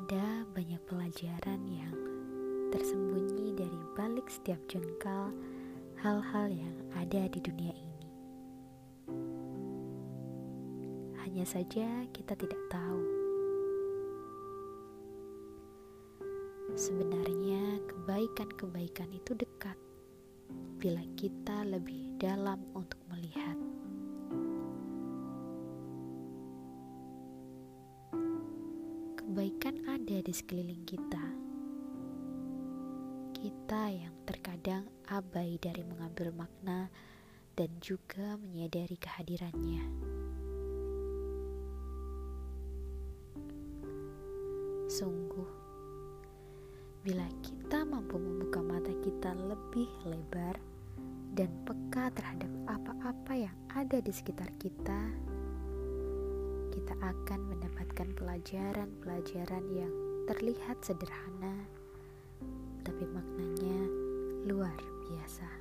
Ada banyak pelajaran yang tersembunyi dari balik setiap jengkal hal-hal yang ada di dunia ini. Hanya saja kita tidak tahu. Sebenarnya kebaikan-kebaikan itu dekat bila kita lebih dalam untuk melihat. Kebaikan ada di sekeliling kita. Kita yang terkadang abai dari mengambil makna dan juga menyadari kehadirannya. Sungguh, bila kita mampu membuka mata kita lebih lebar dan peka terhadap apa-apa yang ada di sekitar kita, kita akan mendapatkan pelajaran-pelajaran yang terlihat sederhana, tapi maknanya luar biasa.